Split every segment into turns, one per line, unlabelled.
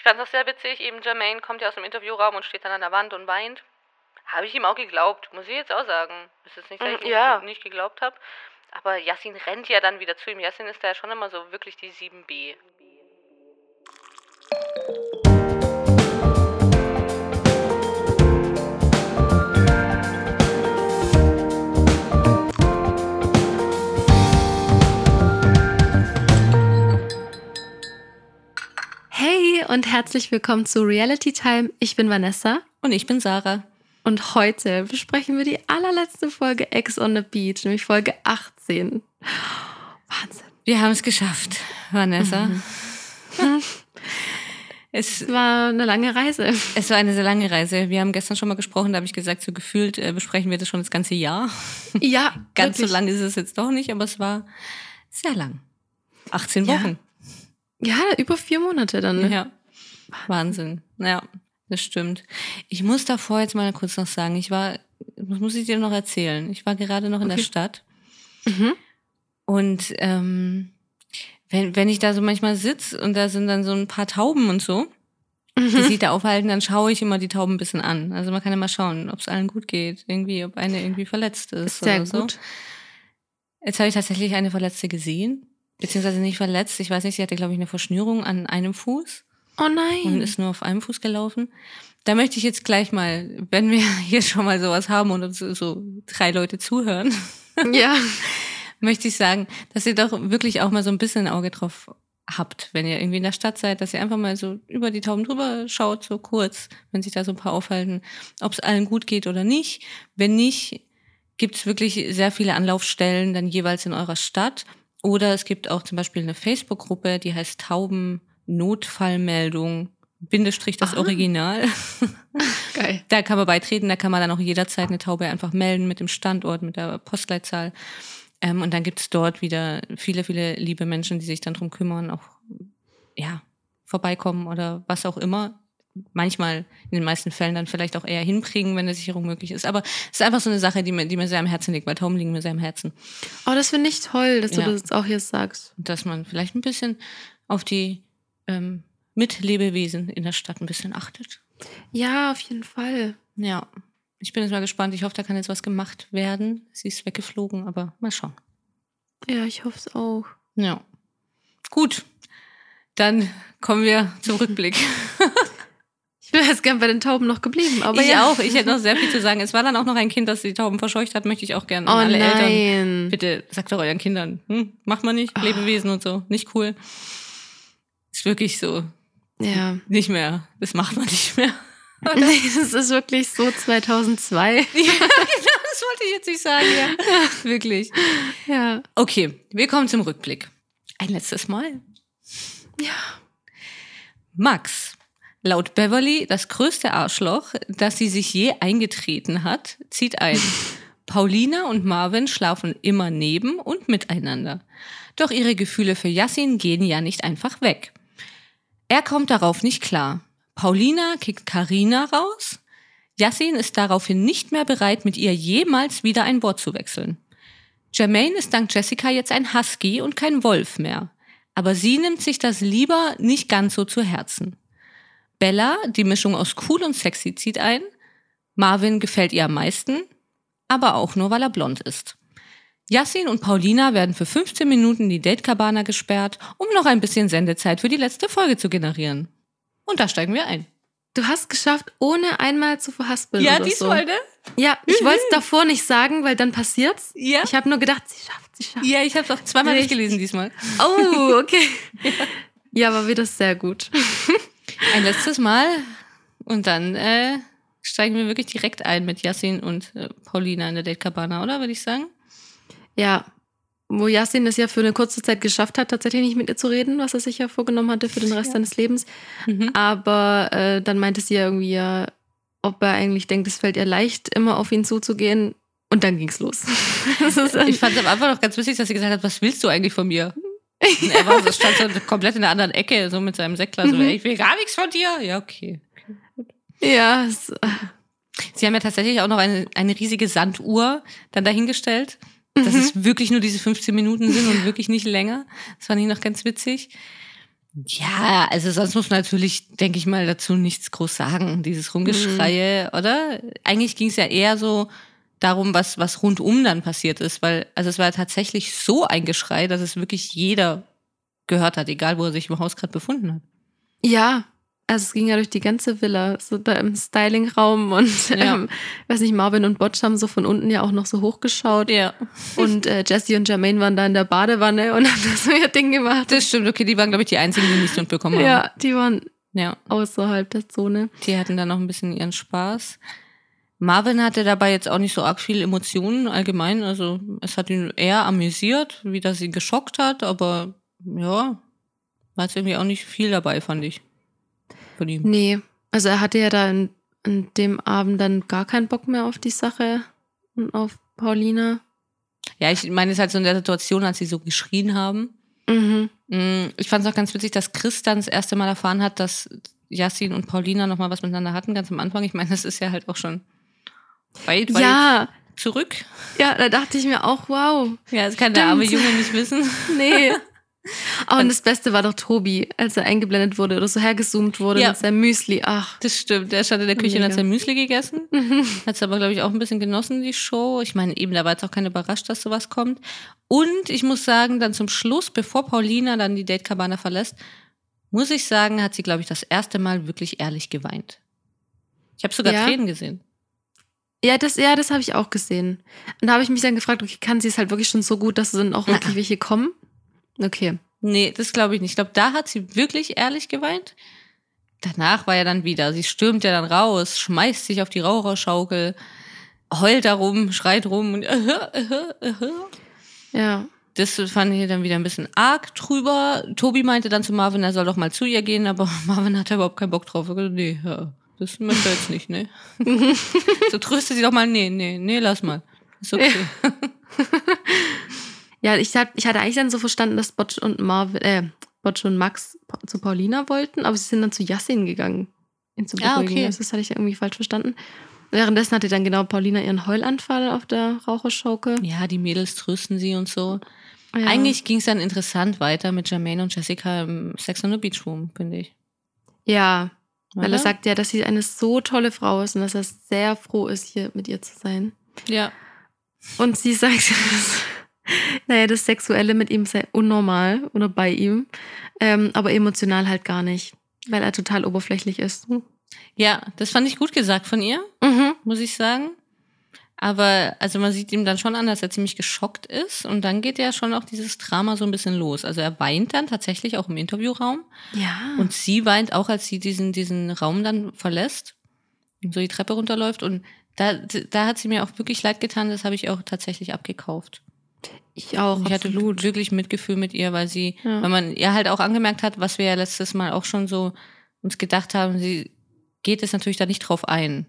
fand es auch sehr witzig, eben Jermaine kommt ja aus dem Interviewraum und steht dann an der Wand und weint. Habe ich ihm auch geglaubt, muss ich jetzt auch sagen. Ist jetzt nicht, dass ich ihm nicht geglaubt habe. Aber Yassin rennt ja dann wieder zu ihm. Yassin ist da ja schon immer so wirklich die 7B.
Hey und herzlich willkommen zu Reality Time. Ich bin Vanessa.
Und ich bin Sarah.
Und heute besprechen wir die allerletzte Folge Ex on the Beach, nämlich Folge 18. Wahnsinn.
Wir haben es geschafft, Vanessa.
Es war eine lange Reise.
Es war eine sehr lange Reise. Wir haben gestern schon mal gesprochen, da habe ich gesagt, so gefühlt besprechen wir das schon das ganze Jahr.
Ja,
ganz wirklich. So lang ist es jetzt doch nicht, aber es war sehr lang. 18 Wochen.
Ja, über 4 Monate dann. Ne?
Ja, Wahnsinn. Ja, das stimmt. Ich muss davor jetzt mal kurz noch sagen, das muss ich dir noch erzählen. Ich war gerade noch in der Stadt. Und wenn ich da so manchmal sitze und da sind dann so ein paar Tauben und so, die sich da aufhalten, dann schaue ich immer die Tauben ein bisschen an. Also man kann immer schauen, ob es allen gut geht, ob eine irgendwie verletzt ist
sehr
oder
gut.
So. Jetzt habe ich tatsächlich eine Verletzte gesehen. Beziehungsweise nicht verletzt. Ich weiß nicht, sie hatte, glaube ich, eine Verschnürung an einem Fuß.
Oh nein.
Und ist nur auf einem Fuß gelaufen. Da möchte ich jetzt gleich mal, wenn wir hier schon mal sowas haben und uns so 3 Leute zuhören, möchte ich sagen, dass ihr doch wirklich auch mal so ein bisschen ein Auge drauf habt, wenn ihr irgendwie in der Stadt seid, dass ihr einfach mal so über die Tauben drüber schaut, so kurz, wenn sich da so ein paar aufhalten, ob es allen gut geht oder nicht. Wenn nicht, gibt es wirklich sehr viele Anlaufstellen dann jeweils in eurer Stadt. Oder es gibt auch zum Beispiel eine Facebook-Gruppe, die heißt Tauben-Notfallmeldung, _ das Original.
Geil.
Da kann man beitreten, da kann man dann auch jederzeit eine Taube einfach melden mit dem Standort, mit der Postleitzahl. Und dann gibt es dort wieder viele, viele liebe Menschen, die sich dann drum kümmern, auch vorbeikommen oder was auch immer. Manchmal, in den meisten Fällen dann vielleicht auch eher hinbringen, wenn eine Sicherung möglich ist. Aber es ist einfach so eine Sache, die mir sehr am Herzen liegt, weil Tauben liegen mir sehr am Herzen.
Oh, das finde ich toll, dass du das jetzt auch hier sagst.
Und dass man vielleicht ein bisschen auf die Mitlebewesen in der Stadt ein bisschen achtet.
Ja, auf jeden Fall.
Ja, ich bin jetzt mal gespannt. Ich hoffe, da kann jetzt was gemacht werden. Sie ist weggeflogen, aber mal schauen.
Ja, ich hoffe es auch.
Ja. Gut, dann kommen wir zum Rückblick.
Ich wäre jetzt gern bei den Tauben noch geblieben, aber
ich auch. Ich hätte noch sehr viel zu sagen. Es war dann auch noch ein Kind, das die Tauben verscheucht hat, möchte ich auch gerne an alle Eltern. Bitte sagt doch euren Kindern, macht man nicht, Lebewesen und so, nicht cool. Ist wirklich so.
Ja.
Nicht mehr. Das macht man nicht mehr.
Nee, das ist wirklich so 2002.
Ja, genau, das wollte ich jetzt nicht sagen, ja. Wirklich.
Ja.
Okay, wir kommen zum Rückblick. Ein letztes Mal.
Ja.
Max. Laut Beverly das größte Arschloch, das sie sich je eingetreten hat, zieht ein. Paulina und Marvin schlafen immer neben und miteinander. Doch ihre Gefühle für Yassin gehen ja nicht einfach weg. Er kommt darauf nicht klar. Paulina kickt Karina raus. Yassin ist daraufhin nicht mehr bereit, mit ihr jemals wieder ein Wort zu wechseln. Jermaine ist dank Jessica jetzt ein Husky und kein Wolf mehr. Aber sie nimmt sich das lieber nicht ganz so zu Herzen. Bella, die Mischung aus cool und sexy, zieht ein. Marvin gefällt ihr am meisten, aber auch nur, weil er blond ist. Yassin und Paulina werden für 15 Minuten in die Date-Cabana gesperrt, um noch ein bisschen Sendezeit für die letzte Folge zu generieren. Und da steigen wir ein.
Du hast geschafft, ohne einmal zu verhaspeln.
Ja,
oder
diesmal,
so.
Ne?
Ja, ich wollte es davor nicht sagen, weil dann passiert's.
Ja.
Ich habe nur gedacht, sie schafft.
Ja, ich habe es auch zweimal durchgelesen diesmal.
Oh, okay. Ja, aber wieder sehr gut.
Ein letztes Mal und dann steigen wir wirklich direkt ein mit Yassin und Paulina in der Date-Cabana, oder? Würde ich sagen.
Ja, wo Yassin es ja für eine kurze Zeit geschafft hat, tatsächlich nicht mit ihr zu reden, was er sich ja vorgenommen hatte für den Rest seines Lebens. Aber dann meinte sie ja irgendwie, ob er eigentlich denkt, es fällt ihr leicht, immer auf ihn zuzugehen. Und dann ging's los.
Ich fand es am Anfang noch ganz witzig, dass sie gesagt hat, was willst du eigentlich von mir? Und er stand so komplett in der anderen Ecke, so mit seinem Sektglas. So, ich will gar nichts von dir. Ja, okay. Gut.
Ja.
Sie haben ja tatsächlich auch noch eine riesige Sanduhr dann dahingestellt, dass es wirklich nur diese 15 Minuten sind und wirklich nicht länger. Das fand ich noch ganz witzig. Ja, also sonst muss man natürlich, denke ich mal, dazu nichts groß sagen, dieses Rumgeschreie, oder? Eigentlich ging es ja eher so darum, was rundum dann passiert ist, weil, also es war tatsächlich so ein Geschrei, dass es wirklich jeder gehört hat, egal wo er sich im Haus gerade befunden hat.
Ja, also es ging ja durch die ganze Villa, so da im Stylingraum und weiß nicht, Marvin und Butch haben so von unten ja auch noch so hochgeschaut.
Ja.
Und Jessie und Jermaine waren da in der Badewanne und haben das so ihr Ding gemacht.
Das stimmt, okay, die waren, glaube ich, die einzigen, die nichts mitbekommen haben.
Ja, die waren außerhalb der Zone.
Die hatten dann noch ein bisschen ihren Spaß. Marvin hatte dabei jetzt auch nicht so arg viele Emotionen allgemein, also es hat ihn eher amüsiert, wie das ihn geschockt hat, aber ja, war jetzt irgendwie auch nicht viel dabei, fand ich. Von ihm.
Nee, also er hatte ja da an dem Abend dann gar keinen Bock mehr auf die Sache und auf Paulina.
Ja, ich meine, es ist halt so in der Situation, als sie so geschrien haben. Ich fand es auch ganz witzig, dass Chris dann das erste Mal erfahren hat, dass Yassin und Paulina nochmal was miteinander hatten, ganz am Anfang. Ich meine, das ist ja halt auch schon weit zurück.
Ja, da dachte ich mir auch, wow.
Ja, das kann der arme Junge nicht wissen.
Nee. Oh, und das Beste war doch Tobi, als er eingeblendet wurde oder so hergezoomt wurde mit seinem Müsli. Ach,
das stimmt. Der stand in der Küche und hat sein Müsli gegessen. Hat es aber, glaube ich, auch ein bisschen genossen, die Show. Ich meine, eben, da war jetzt auch keiner überrascht, dass sowas kommt. Und ich muss sagen, dann zum Schluss, bevor Paulina dann die Date Cabana verlässt, muss ich sagen, hat sie, glaube ich, das erste Mal wirklich ehrlich geweint. Ich habe sogar Tränen gesehen.
Ja, das habe ich auch gesehen. Und da habe ich mich dann gefragt, okay, kann sie es halt wirklich schon so gut, dass dann auch wirklich welche kommen? Okay.
Nee, das glaube ich nicht. Ich glaube, da hat sie wirklich ehrlich geweint. Danach war ja dann wieder, sie stürmt ja dann raus, schmeißt sich auf die Raucherschaukel, heult da rum, schreit rum und
Ja.
Das fand ich dann wieder ein bisschen arg drüber. Tobi meinte dann zu Marvin, er soll doch mal zu ihr gehen, aber Marvin hatte überhaupt keinen Bock drauf. Nee, das möchte er jetzt nicht, ne? So tröste sie doch mal, nee, lass mal. Ist okay.
Ja, ich hatte eigentlich dann so verstanden, dass Butch und Max zu Paulina wollten, aber sie sind dann zu Yassin gegangen.
Okay.
Das hatte ich irgendwie falsch verstanden. Währenddessen hatte dann genau Paulina ihren Heulanfall auf der Raucherschaukel.
Ja, die Mädels trösten sie und so. Ja. Eigentlich ging es dann interessant weiter mit Jermaine und Jessica im Sex on the Beach Room, finde ich.
Ja, weil er sagt ja, dass sie eine so tolle Frau ist und dass er sehr froh ist, hier mit ihr zu sein.
Ja.
Und sie sagt, das Sexuelle mit ihm sei unnormal oder bei ihm, aber emotional halt gar nicht, weil er total oberflächlich ist.
Ja, das fand ich gut gesagt von ihr, muss ich sagen. Aber also man sieht ihm dann schon an, dass er ziemlich geschockt ist und dann geht ja schon auch dieses Drama so ein bisschen los. Also er weint dann tatsächlich auch im Interviewraum.
Ja.
Und sie weint auch, als sie diesen Raum dann verlässt und so die Treppe runterläuft. Und da hat sie mir auch wirklich leid getan, das habe ich auch tatsächlich abgekauft.
Ich auch,
ich hatte wirklich Mitgefühl mit ihr, weil man ihr halt auch angemerkt hat, was wir ja letztes Mal auch schon so uns gedacht haben, sie geht es natürlich da nicht drauf ein.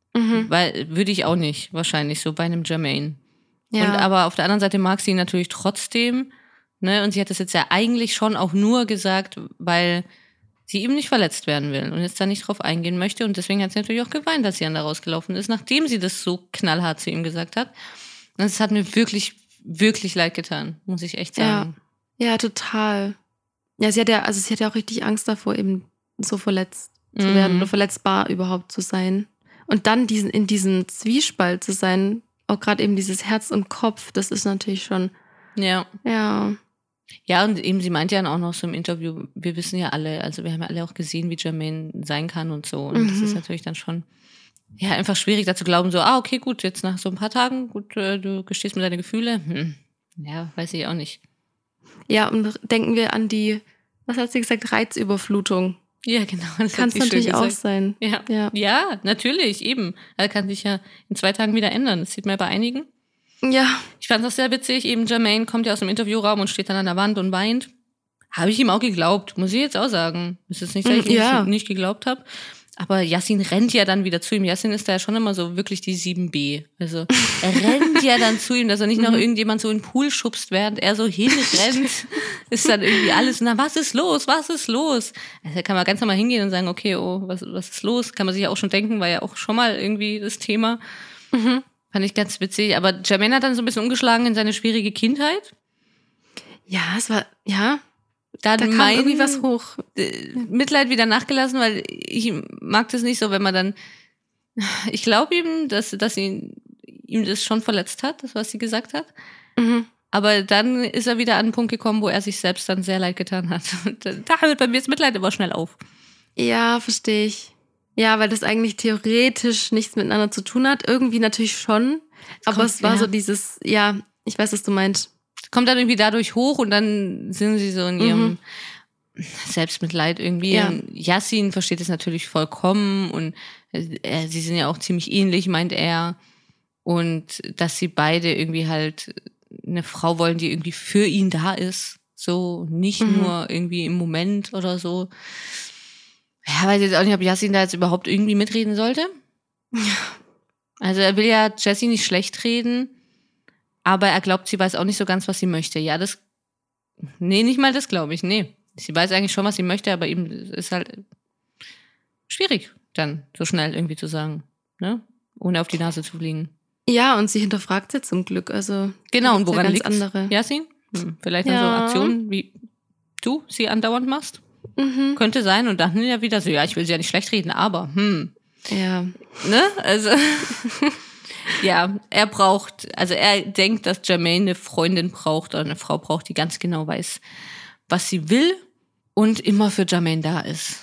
Weil würde ich auch nicht, wahrscheinlich, so bei einem Jermaine. Ja. Aber auf der anderen Seite mag sie ihn natürlich trotzdem, ne? Und sie hat das jetzt ja eigentlich schon auch nur gesagt, weil sie eben nicht verletzt werden will und jetzt da nicht drauf eingehen möchte. Und deswegen hat sie natürlich auch geweint, dass sie dann da rausgelaufen ist, nachdem sie das so knallhart zu ihm gesagt hat. Und es hat mir wirklich, wirklich leid getan, muss ich echt sagen.
Ja, total. Ja, sie hat ja auch richtig Angst davor, eben so verletzt zu werden oder verletzbar überhaupt zu sein. Und dann in diesem Zwiespalt zu sein, auch gerade eben dieses Herz und Kopf, das ist natürlich schon.
Ja.
Ja.
Ja, und eben, sie meint ja auch noch so im Interview, wir wissen ja alle, also wir haben ja alle auch gesehen, wie Jermaine sein kann und so. Und das ist natürlich dann schon, ja, einfach schwierig, da zu glauben, so, okay, gut, jetzt nach so ein paar Tagen, gut, du gestehst mir deine Gefühle. Ja, weiß ich auch nicht.
Ja, und denken wir an die, was hat sie gesagt, Reizüberflutung.
Ja, genau.
Das kann es natürlich auch sein.
Ja, natürlich, eben. Das kann sich ja in 2 Tagen wieder ändern. Das sieht man ja bei einigen.
Ja.
Ich fand es auch sehr witzig. Eben Jermaine kommt ja aus dem Interviewraum und steht dann an der Wand und weint. Habe ich ihm auch geglaubt, muss ich jetzt auch sagen. Das ist nicht, dass ich nicht geglaubt habe. Aber Yassin rennt ja dann wieder zu ihm. Yassin ist da ja schon immer so wirklich die 7B. Also er rennt ja dann zu ihm, dass er nicht noch irgendjemand so in den Pool schubst, während er so hinrennt. Ist dann irgendwie alles, was ist los? Also da kann man ganz normal hingehen und sagen, okay, was ist los? Kann man sich ja auch schon denken, war ja auch schon mal irgendwie das Thema. Fand ich ganz witzig. Aber Jermaine hat dann so ein bisschen umgeschlagen in seine schwierige Kindheit.
Ja, es war, ja.
da
kam irgendwie was hoch.
Mitleid wieder nachgelassen, weil ich mag das nicht so, wenn man dann, ich glaube ihm, dass ihm das schon verletzt hat, das, was sie gesagt hat. Mhm. Aber dann ist er wieder an einen Punkt gekommen, wo er sich selbst dann sehr leid getan hat. Und da hört bei mir das Mitleid immer schnell auf.
Ja, verstehe ich. Ja, weil das eigentlich theoretisch nichts miteinander zu tun hat. Irgendwie natürlich schon. Aber es war so dieses, ja, ich weiß, was du meinst.
Kommt dann irgendwie dadurch hoch und dann sind sie so in ihrem Selbstmitleid irgendwie. Ja. Und Yassin versteht es natürlich vollkommen und sie sind ja auch ziemlich ähnlich, meint er. Und dass sie beide irgendwie halt eine Frau wollen, die irgendwie für ihn da ist. So, nicht nur irgendwie im Moment oder so. Ja, weiß jetzt auch nicht, ob Yassin da jetzt überhaupt irgendwie mitreden sollte. Also er will ja Jessie nicht schlecht reden, aber er glaubt, sie weiß auch nicht so ganz, was sie möchte. Ja, nicht mal das glaube ich, nee. Sie weiß eigentlich schon, was sie möchte, aber ihm ist halt schwierig, dann so schnell irgendwie zu sagen, ne? Ohne auf die Nase zu fliegen.
Ja, und sie hinterfragt sie zum Glück, also
genau, und woran liegt
andere?
Yassin? Vielleicht an so Aktionen, wie du sie andauernd machst? Könnte sein und dann ja wieder so, ja, ich will sie ja nicht schlecht reden, aber
ja.
Ne? Also ja, er denkt, dass Jermaine eine Freundin braucht oder eine Frau braucht, die ganz genau weiß, was sie will und immer für Jermaine da ist.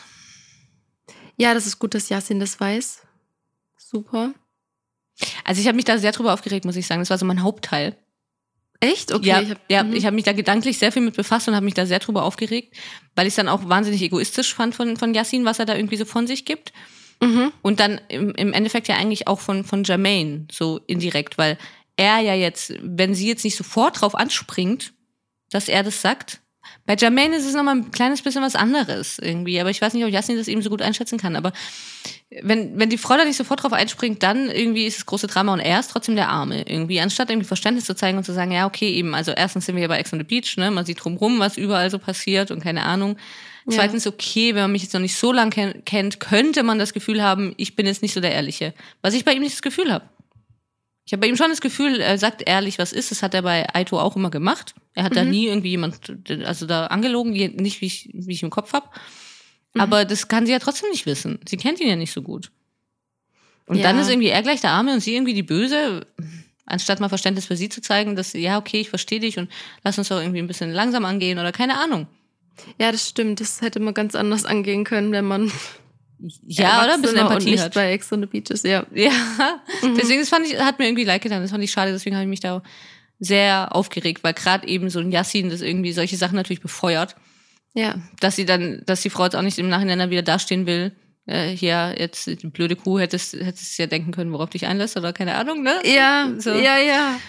Ja, das ist gut, dass Yassin das weiß. Super.
Also ich habe mich da sehr drüber aufgeregt, muss ich sagen. Das war so mein Hauptteil.
Echt? Okay.
Ich habe mich da gedanklich sehr viel mit befasst und habe mich da sehr drüber aufgeregt, weil ich es dann auch wahnsinnig egoistisch fand von Yassin, was er da irgendwie so von sich gibt. Und dann im Endeffekt ja eigentlich auch von Jermaine, so indirekt, weil er ja jetzt, wenn sie jetzt nicht sofort drauf anspringt, dass er das sagt, bei Jermaine ist es nochmal ein kleines bisschen was anderes irgendwie, aber ich weiß nicht, ob Yassin das eben so gut einschätzen kann, aber wenn die Frau da nicht sofort drauf einspringt, dann irgendwie ist es große Drama und er ist trotzdem der Arme irgendwie, anstatt irgendwie Verständnis zu zeigen und zu sagen, ja okay, eben, also erstens sind wir hier bei Ex on the Beach, ne, man sieht drumrum, was überall so passiert und keine Ahnung. Zweitens, okay, wenn man mich jetzt noch nicht so lange kennt, könnte man das Gefühl haben, ich bin jetzt nicht so der Ehrliche. Was ich bei ihm nicht das Gefühl habe. Ich habe bei ihm schon das Gefühl, er sagt ehrlich, was ist. Das hat er bei Aito auch immer gemacht. Er hat da nie irgendwie jemand, also da angelogen, nicht wie ich im Kopf habe. Aber das kann sie ja trotzdem nicht wissen. Sie kennt ihn ja nicht so gut. Und dann ist irgendwie er gleich der Arme und sie irgendwie die Böse, anstatt mal Verständnis für sie zu zeigen, dass, ja, okay, ich verstehe dich und lass uns doch irgendwie ein bisschen langsam angehen oder keine Ahnung.
Ja, das stimmt. Das hätte man ganz anders angehen können, wenn man
oder ein bisschen Empathie
nicht
hat.
Bei Ex on the Beaches, ja.
Deswegen hat mir irgendwie leid getan. Das fand ich schade, deswegen habe ich mich da sehr aufgeregt, weil gerade eben so ein Yassin das irgendwie solche Sachen natürlich befeuert.
Ja.
Dass die Frau jetzt auch nicht im Nachhinein dann wieder dastehen will. Hier, jetzt, die blöde Kuh, hättest ja denken können, worauf dich einlässt oder keine Ahnung, ne?
Ja,
so.
Ja.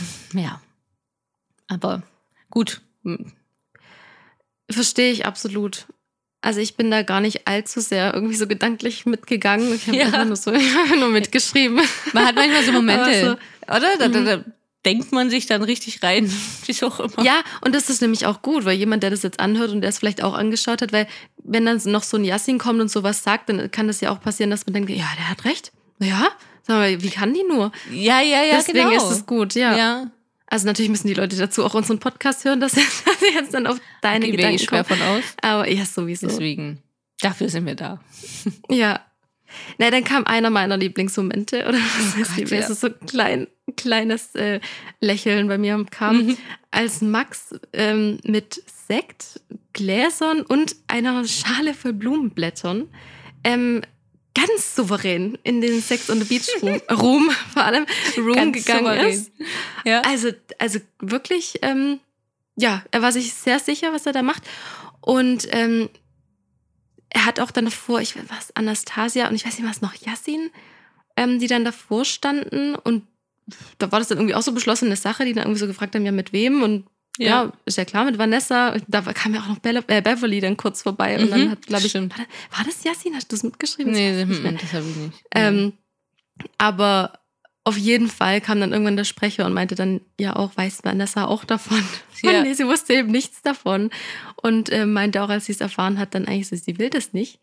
Aber gut.
Verstehe ich absolut. Also ich bin da gar nicht allzu sehr irgendwie so gedanklich mitgegangen. Ich habe einfach nur mitgeschrieben.
Man hat manchmal so Momente, oder? Da denkt man sich dann richtig rein, wie auch immer.
Ja, und das ist nämlich auch gut, weil jemand, der das jetzt anhört und der es vielleicht auch angeschaut hat, weil wenn dann noch so ein Yassin kommt und sowas sagt, dann kann das ja auch passieren, dass man denkt, ja, der hat recht. Ja, sag mal, wie kann die nur?
Ja,
deswegen
genau.
ist es gut, ja. Also natürlich müssen die Leute dazu auch unseren Podcast hören, dass sie jetzt dann auf deine Gedanken
ich schwer
kommen.
von aus.
Aber ja, sowieso.
Deswegen, dafür sind wir da.
Ja. Na, dann kam einer meiner Lieblingsmomente, oder was heißt so kleines Lächeln bei mir kam, als Max mit Sekt, Gläsern und einer Schale voll Blumenblättern ganz souverän in den Sex on the Beach Room gegangen souverän. Ist. Ja. Also wirklich, er war sich sehr sicher, was er da macht. Und er hat auch dann davor, Anastasia und ich weiß nicht, was noch, Yassin, die dann davor standen. Und da war das dann irgendwie auch so beschlossene Sache, die dann irgendwie so gefragt haben, ja, mit wem? Und ja, ist ja klar, mit Vanessa. Da kam ja auch noch Beverly dann kurz vorbei. Und dann hat, glaube ich, war das Yassin? Hast du das mitgeschrieben?
Nee, das habe ich nicht.
Aber auf jeden Fall kam dann irgendwann der Sprecher und meinte dann, ja auch, weiß Vanessa auch davon. Ja. Nee, sie wusste eben nichts davon. Und meinte auch, als sie es erfahren hat, dann eigentlich so, sie will das nicht.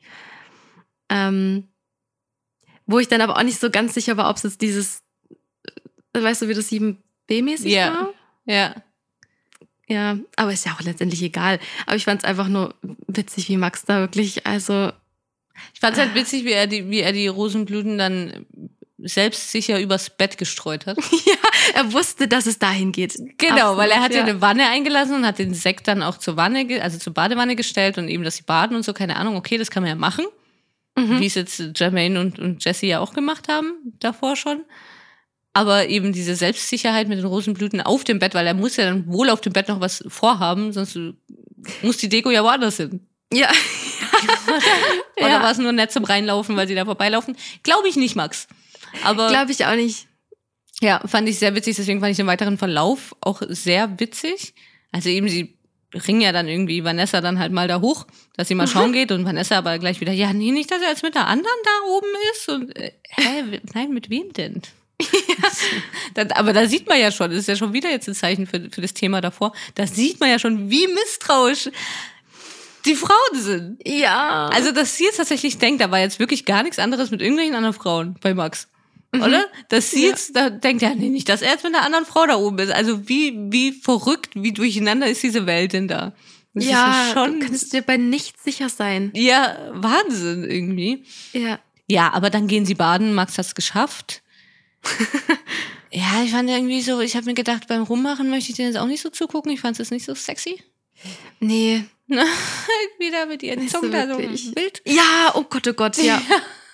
Wo ich dann aber auch nicht so ganz sicher war, ob es jetzt dieses, weißt du, wie das 7b-mäßig war?
Ja.
Ja, aber ist ja auch letztendlich egal. Aber ich fand es einfach nur witzig, wie Max da wirklich, also...
Ich fand es halt witzig, wie er die Rosenblüten dann selbstsicher übers Bett gestreut hat.
Ja, er wusste, dass es dahin geht.
Genau, absolut, weil er hat ja eine Wanne eingelassen und hat den Sekt dann auch zur Badewanne gestellt und eben, dass sie baden und so, keine Ahnung, okay, das kann man ja machen. Wie es jetzt Jermaine und Jessie ja auch gemacht haben, davor schon. Aber eben diese Selbstsicherheit mit den Rosenblüten auf dem Bett, weil er muss ja dann wohl auf dem Bett noch was vorhaben, sonst muss die Deko ja woanders hin.
Ja.
Oder war es nur nett zum Reinlaufen, weil sie da vorbeilaufen? Glaube ich nicht, Max. Aber
glaube ich auch nicht.
Ja, fand ich sehr witzig, deswegen fand ich den weiteren Verlauf auch sehr witzig. Also eben, sie bringen ja dann irgendwie Vanessa dann halt mal da hoch, dass sie mal schauen geht und Vanessa aber gleich wieder, ja, nee, nicht, dass er jetzt mit der anderen da oben ist und, nein, mit wem denn? Ja. Aber da sieht man ja schon, das ist ja schon wieder jetzt ein Zeichen für das Thema davor, da sieht man ja schon, wie misstrauisch die Frauen sind.
Ja.
Also, dass sie jetzt tatsächlich denkt, da war jetzt wirklich gar nichts anderes mit irgendwelchen anderen Frauen bei Max. Oder? Dass sie jetzt da denkt, ja, nee, nicht, dass er jetzt mit einer anderen Frau da oben ist. Also, wie verrückt, wie durcheinander ist diese Welt denn da?
Das ist ja schon, du kannst dir bei nichts sicher sein.
Ja, Wahnsinn irgendwie.
Ja.
Ja, aber dann gehen sie baden, Max hat's geschafft. Ja, ich fand irgendwie so, ich habe mir gedacht, beim Rummachen möchte ich denen jetzt auch nicht so zugucken. Ich fand es jetzt nicht so sexy.
Nee.
Wieder mit ihren Zungen da so wild.
Ja, oh Gott, ja.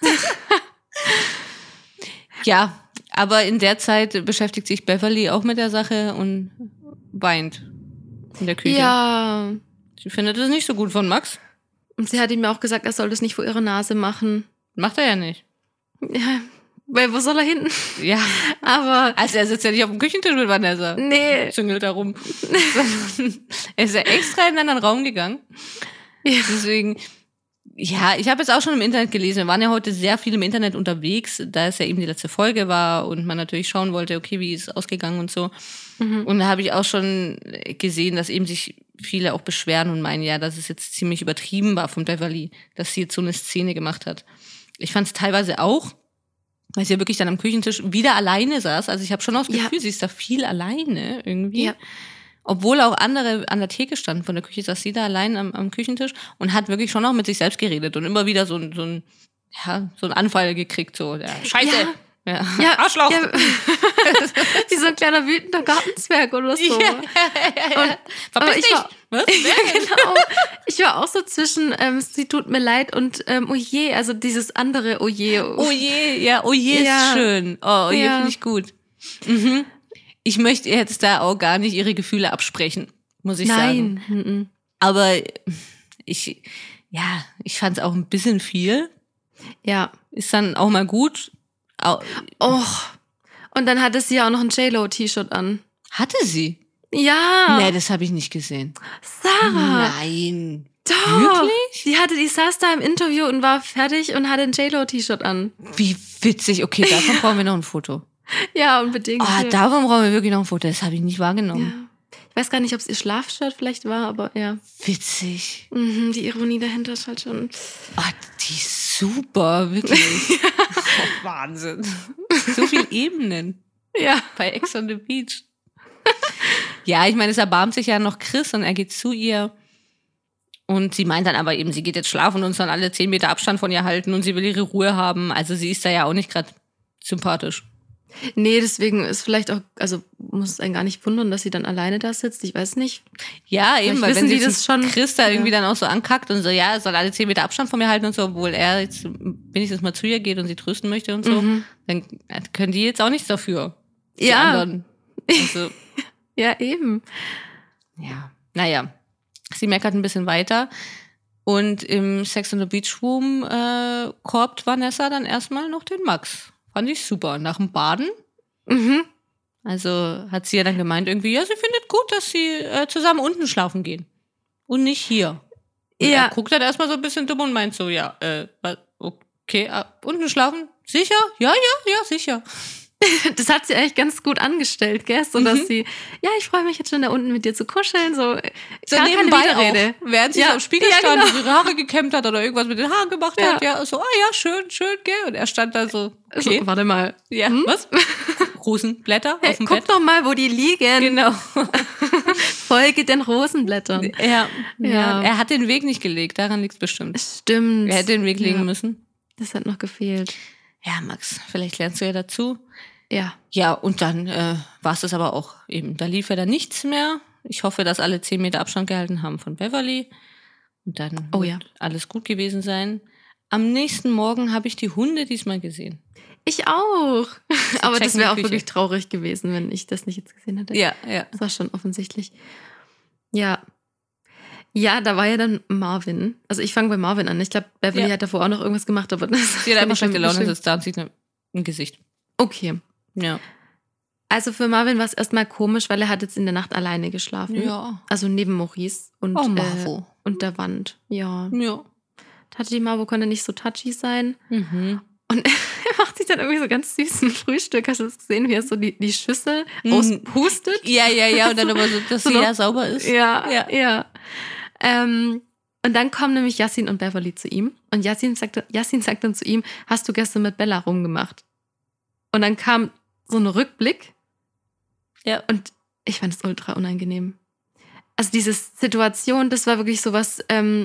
Ja, aber in der Zeit beschäftigt sich Beverly auch mit der Sache und weint in der Küche.
Ja.
Sie findet es nicht so gut von Max.
Und sie hat ihm auch gesagt, er soll das nicht vor ihrer Nase machen.
Macht er ja nicht.
Ja, weil wo soll er hin?
Ja.
Aber...
Also er sitzt ja nicht auf dem Küchentisch mit Vanessa.
Nee.
Züngelt da rum. Er ist ja extra in einen anderen Raum gegangen. Ja. Deswegen... Ja, ich habe jetzt auch schon im Internet gelesen. Wir waren ja heute sehr viel im Internet unterwegs, da es ja eben die letzte Folge war und man natürlich schauen wollte, okay, wie ist es ausgegangen und so. Und da habe ich auch schon gesehen, dass eben sich viele auch beschweren und meinen, ja, dass es jetzt ziemlich übertrieben war von Beverly, dass sie jetzt so eine Szene gemacht hat. Ich fand es teilweise auch, weil sie ja wirklich dann am Küchentisch wieder alleine saß. Also ich habe schon auch das Gefühl, sie ist da viel alleine irgendwie. Ja. Obwohl auch andere an der Theke standen von der Küche, saß sie da allein am Küchentisch und hat wirklich schon auch mit sich selbst geredet und immer wieder so ein Anfall gekriegt, so, ja, Scheiße, ja. Arschloch. Ja.
Wie so ein kleiner wütender Gartenzwerg oder so. Ja.
Verpiss dich.
Was? Genau. Ich war auch so zwischen, sie tut mir leid und oh je, also dieses andere oh je.
Oh je, ja, oh je ist schön. Oh je finde ich gut. Mhm. Ich möchte jetzt da auch gar nicht ihre Gefühle absprechen, muss ich sagen.
Nein.
Aber ich fand es auch ein bisschen viel.
Ja.
Ist dann auch mal gut.
Und dann hatte sie ja auch noch ein J-Lo-T-Shirt an.
Hatte sie?
Ja.
Nee, das habe ich nicht gesehen.
Sarah.
Nein.
Doch.
Wirklich?
Die saß da im Interview und war fertig und hatte ein J-Lo-T-Shirt an.
Wie witzig. Okay, davon brauchen wir noch ein Foto.
Ja, unbedingt.
Davon brauchen wir wirklich noch ein Foto. Das habe ich nicht wahrgenommen.
Ja. Ich weiß gar nicht, ob es ihr Schlafshirt vielleicht war, aber ja.
Witzig.
Die Ironie dahinter ist halt schon...
Die ist super, wirklich. Wahnsinn. So viele Ebenen.
Ja.
Bei Ex on the Beach. Ja, ich meine, es erbarmt sich ja noch Chris und er geht zu ihr. Und sie meint dann aber eben, sie geht jetzt schlafen und uns dann alle 10 Meter Abstand von ihr halten und sie will ihre Ruhe haben. Also sie ist da ja auch nicht gerade sympathisch.
Nee, deswegen ist vielleicht auch, also muss es einen gar nicht wundern, dass sie dann alleine da sitzt. Ich weiß nicht.
Ja, eben, weil wenn sie
das schon
Chris da irgendwie dann auch so ankackt und so, ja, es soll alle 10 Meter Abstand von mir halten und so, obwohl er jetzt wenigstens mal zu ihr geht und sie trösten möchte und so, dann können die jetzt auch nichts dafür. Die anderen. Also,
ja, eben.
Ja, naja. Sie meckert ein bisschen weiter und im Sex on the Beach Room korbt Vanessa dann erstmal noch den Max. Fand ich super. Nach dem Baden. Also hat sie ja dann gemeint irgendwie, ja, sie findet gut, dass sie zusammen unten schlafen gehen. Und nicht hier. Und er guckt dann erstmal so ein bisschen dumm und meint so, ja, okay, unten schlafen? Sicher? Ja, sicher.
Das hat sie eigentlich ganz gut angestellt, gell? So, dass sie, ja, ich freue mich jetzt schon da unten mit dir zu kuscheln, so
nebenbei auch, während sie so am Spiegel stand und ihre Haare gekämmt hat oder irgendwas mit den Haaren gemacht hat, so, schön, gell? Und er stand da so, okay.
So, warte mal.
Ja, was? Rosenblätter auf dem
Guck
Bett.
doch mal, wo die liegen.
Genau.
Folge den Rosenblättern.
Ja. Er hat den Weg nicht gelegt, daran liegt es bestimmt.
Stimmt.
Er hätte den Weg legen müssen.
Das hat noch gefehlt.
Ja, Max, vielleicht lernst du ja dazu.
Ja.
Ja, und dann war es das aber auch eben. Da lief ja dann nichts mehr. Ich hoffe, dass alle 10 Meter Abstand gehalten haben von Beverly. Und dann wird alles gut gewesen sein. Am nächsten Morgen habe ich die Hunde diesmal gesehen.
Ich auch. Aber das wäre auch wirklich traurig gewesen, wenn ich das nicht jetzt gesehen hätte.
Ja.
Das war schon offensichtlich. Ja. Ja, da war ja dann Marvin. Also ich fange bei Marvin an. Ich glaube, Beverly hat davor auch noch irgendwas gemacht, aber das...
Sie hat einfach schlechte Laune, sitzt da und sieht ein Gesicht.
Okay.
Ja.
Also für Marvin war es erstmal komisch, weil er hat jetzt in der Nacht alleine geschlafen.
Ja.
Also neben Maurice und der Wand. Ja. Touchy Marvo konnte nicht so touchy sein. Und er macht sich dann irgendwie so ganz süßen Frühstück. Hast du das gesehen, wie er so die Schüssel auspustet?
Ja. Und dann aber so, dass sie ja sauber ist.
Ja. Und dann kommen nämlich Yassin und Beverly zu ihm. Und Yassin sagt dann zu ihm, hast du gestern mit Bella rumgemacht? Und dann kam so ein Rückblick.
Ja.
Und ich fand es ultra unangenehm. Also diese Situation, das war wirklich sowas,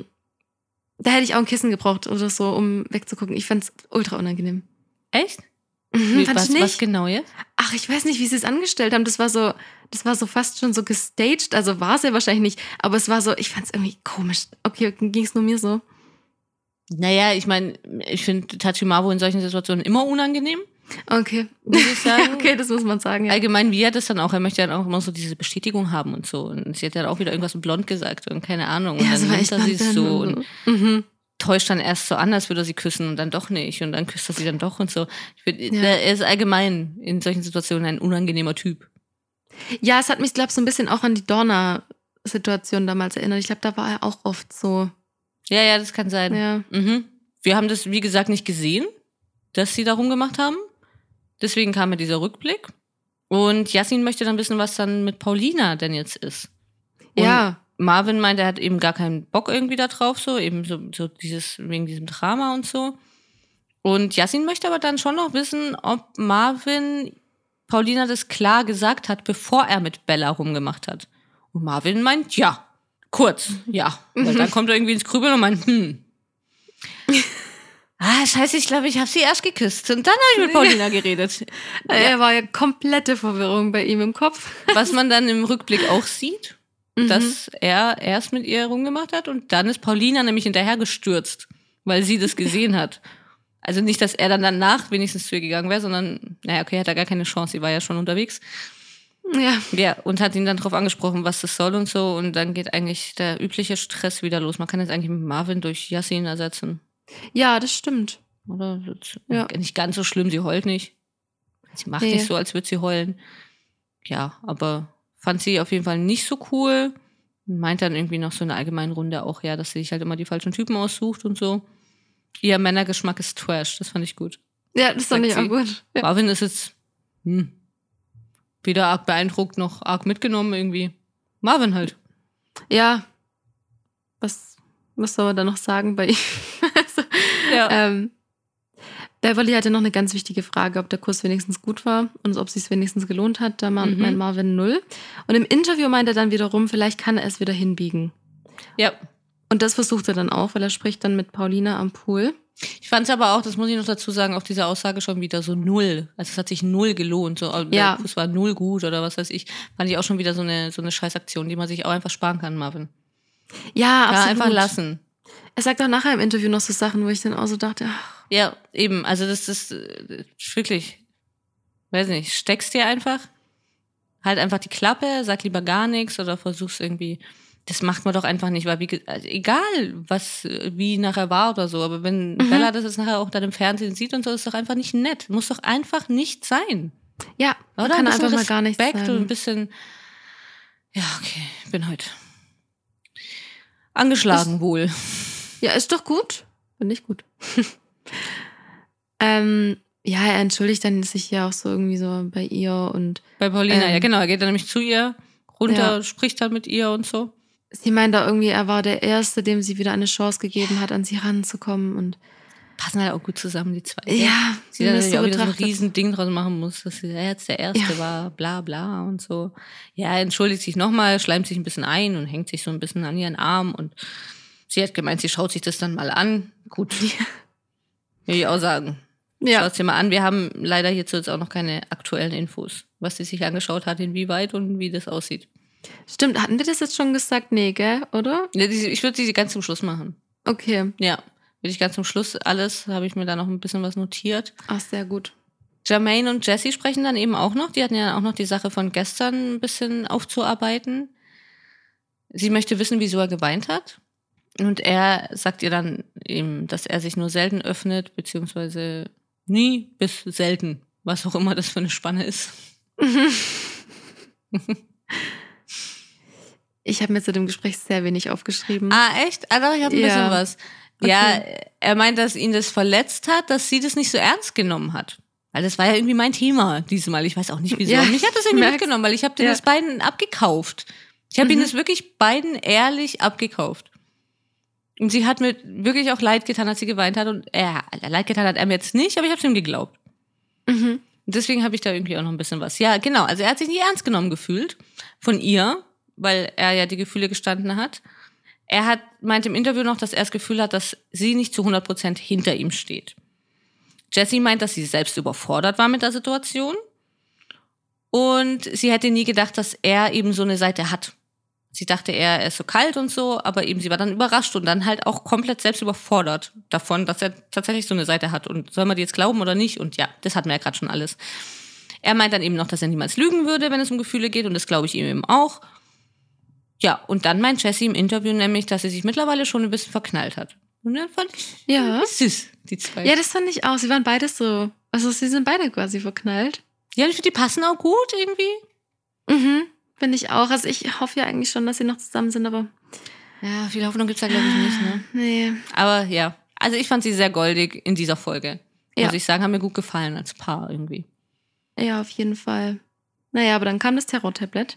da hätte ich auch ein Kissen gebraucht oder so, um wegzugucken. Ich fand es ultra unangenehm.
Echt?
Was
genau jetzt?
Ach, ich weiß nicht, wie sie es angestellt haben. Das war so fast schon so gestaged. Also war es ja wahrscheinlich nicht. Aber es war so, ich fand es irgendwie komisch. Okay, ging es nur mir so?
Naja, ich meine, ich finde Touchy Marvo in solchen Situationen immer unangenehm.
Okay.
Muss ich sagen.
Okay, das muss man sagen, ja.
Allgemein, wie er das dann auch, er möchte dann auch immer so diese Bestätigung haben und so. Und sie hat dann auch wieder irgendwas mit blond gesagt und keine Ahnung. Und dann nimmt er sie so und täuscht dann erst so an, als würde er sie küssen und dann doch nicht. Und dann küsst er sie dann doch und so. Ich finde, er ist allgemein in solchen Situationen ein unangenehmer Typ.
Ja, es hat mich, glaube ich, so ein bisschen auch an die Dorna-Situation damals erinnert. Ich glaube, da war er auch oft so.
Ja, das kann sein.
Ja.
Wir haben das, wie gesagt, nicht gesehen, dass sie da rumgemacht haben. Deswegen kam ja dieser Rückblick. Und Yassin möchte dann wissen, was dann mit Paulina denn jetzt ist. Und Marvin meint, er hat eben gar keinen Bock irgendwie da drauf, so eben so dieses, wegen diesem Drama und so. Und Yassin möchte aber dann schon noch wissen, ob Marvin Paulina das klar gesagt hat, bevor er mit Bella rumgemacht hat. Und Marvin meint, ja. Kurz, ja. Weil dann kommt er irgendwie ins Grübeln und meint, scheiße, ich glaube, ich habe sie erst geküsst. Und dann habe ich mit Paulina geredet.
Er war ja komplette Verwirrung bei ihm im Kopf.
Was man dann im Rückblick auch sieht, dass er erst mit ihr rumgemacht hat und dann ist Paulina nämlich hinterher gestürzt, weil sie das gesehen hat. Also nicht, dass er dann danach wenigstens zu ihr gegangen wäre, sondern, er hat da gar keine Chance, sie war ja schon unterwegs. Ja, und hat ihn dann drauf angesprochen, was das soll und so. Und dann geht eigentlich der übliche Stress wieder los. Man kann jetzt eigentlich mit Marvin durch Yassin ersetzen.
Ja, das stimmt.
Oder? Nicht ganz so schlimm, sie heult nicht. Sie macht nicht so, als würde sie heulen. Ja, aber fand sie auf jeden Fall nicht so cool. Und meint dann irgendwie noch so in der allgemeinen Runde auch, dass sie sich halt immer die falschen Typen aussucht und so. Ihr Männergeschmack ist Trash, das fand ich gut.
Ja, das fand ich auch gut. Ja.
Marvin ist jetzt weder arg beeindruckt noch arg mitgenommen irgendwie. Marvin halt.
Ja. Was soll man da noch sagen bei ihm? Beverly hatte noch eine ganz wichtige Frage, ob der Kuss wenigstens gut war und ob es sich wenigstens gelohnt hat. Da meint Marvin 0. Und im Interview meint er dann wiederum, vielleicht kann er es wieder hinbiegen.
Ja.
Und das versucht er dann auch, weil er spricht dann mit Paulina am Pool.
Ich fand es aber auch, das muss ich noch dazu sagen, auch diese Aussage schon wieder so 0. Also es hat sich 0 gelohnt. So, der Kuss war 0 gut oder was weiß ich. Fand ich auch schon wieder so eine Scheißaktion, die man sich auch einfach sparen kann, Marvin.
Ja, absolut.
Einfach lassen.
Er sagt auch nachher im Interview noch so Sachen, wo ich dann auch so dachte, ach.
Ja, eben. Also das ist wirklich, weiß nicht, steckst dir einfach. Halt einfach die Klappe, sag lieber gar nichts oder versuch's irgendwie. Das macht man doch einfach nicht, weil egal, wie nachher war oder so, aber wenn Bella das jetzt nachher auch dann im Fernsehen sieht und so, ist doch einfach nicht nett. Muss doch einfach nicht sein.
Ja, oder? Kann einfach mal gar nichts sagen.
Und ein bisschen, okay, ich bin heute angeschlagen wohl.
Ja, ist doch gut. Finde ich gut. Er entschuldigt dann sich ja auch so irgendwie so bei ihr und
bei Paulina, ja genau, er geht dann nämlich zu ihr runter, spricht dann mit ihr und so.
Sie meint da irgendwie, er war der Erste, dem sie wieder eine Chance gegeben hat, an sie ranzukommen und
passen halt auch gut zusammen, die zwei.
Ja.
Sie dann natürlich auch wieder so ein riesen Ding draus machen muss, dass sie jetzt der Erste war, bla bla und so. Ja, entschuldigt sich nochmal, schleimt sich ein bisschen ein und hängt sich so ein bisschen an ihren Arm und sie hat gemeint, sie schaut sich das dann mal an. Gut, will ich auch sagen. Ja. Schaut dir mal an. Wir haben leider hierzu jetzt auch noch keine aktuellen Infos, was sie sich angeschaut hat, inwieweit und wie das aussieht.
Stimmt, hatten wir das jetzt schon gesagt? Nee, gell, oder?
Ja, ich würde sie ganz zum Schluss machen.
Okay.
Ja, will ich ganz zum Schluss alles, habe ich mir da noch ein bisschen was notiert.
Ach, sehr gut.
Jermaine und Jessie sprechen dann eben auch noch. Die hatten ja auch noch die Sache von gestern ein bisschen aufzuarbeiten. Sie möchte wissen, wieso er geweint hat. Und er sagt ihr dann eben, dass er sich nur selten öffnet, beziehungsweise nie bis selten, was auch immer das für eine Spanne ist.
Ich habe mir zu dem Gespräch sehr wenig aufgeschrieben.
Ah, echt? Ah, doch, ich habe ein bisschen was. Okay. Ja, er meint, dass ihn das verletzt hat, dass sie das nicht so ernst genommen hat. Weil das war ja irgendwie mein Thema diesmal. Ich weiß auch nicht, wieso. Ja, mich hat das irgendwie mitgenommen, weil ich habe das beiden abgekauft. Ich habe ihnen das wirklich beiden ehrlich abgekauft. Und sie hat mir wirklich auch leid getan, als sie geweint hat. Und leid getan hat er mir jetzt nicht, aber ich habe es ihm geglaubt. Und deswegen habe ich da irgendwie auch noch ein bisschen was. Ja, genau. Also er hat sich nicht ernst genommen gefühlt von ihr, weil er ja die Gefühle gestanden hat. Er meint im Interview noch, dass er das Gefühl hat, dass sie nicht zu 100% hinter ihm steht. Jessie meint, dass sie selbst überfordert war mit der Situation. Und sie hätte nie gedacht, dass er eben so eine Seite hat. Sie dachte, er ist so kalt und so, aber eben sie war dann überrascht und dann halt auch komplett selbst überfordert davon, dass er tatsächlich so eine Seite hat. Und soll man die jetzt glauben oder nicht? Und ja, das hatten wir ja gerade schon alles. Er meint dann eben noch, dass er niemals lügen würde, wenn es um Gefühle geht. Und das glaube ich ihm eben auch. Ja, und dann meint Jessie im Interview nämlich, dass sie sich mittlerweile schon ein bisschen verknallt hat. Und dann fand ich süß, die zwei.
Ja, das fand ich auch. Sie waren beide so, also sie sind beide quasi verknallt.
Ja, ich finde, die passen auch gut irgendwie.
Finde ich auch. Also ich hoffe ja eigentlich schon, dass sie noch zusammen sind, aber...
Ja, viel Hoffnung gibt's da, glaube ich, nicht, ne?
Nee.
Aber ja, also ich fand sie sehr goldig in dieser Folge. Muss ich sagen, haben mir gut gefallen als Paar irgendwie.
Ja, auf jeden Fall. Naja, aber dann kam das Terror-Tablet.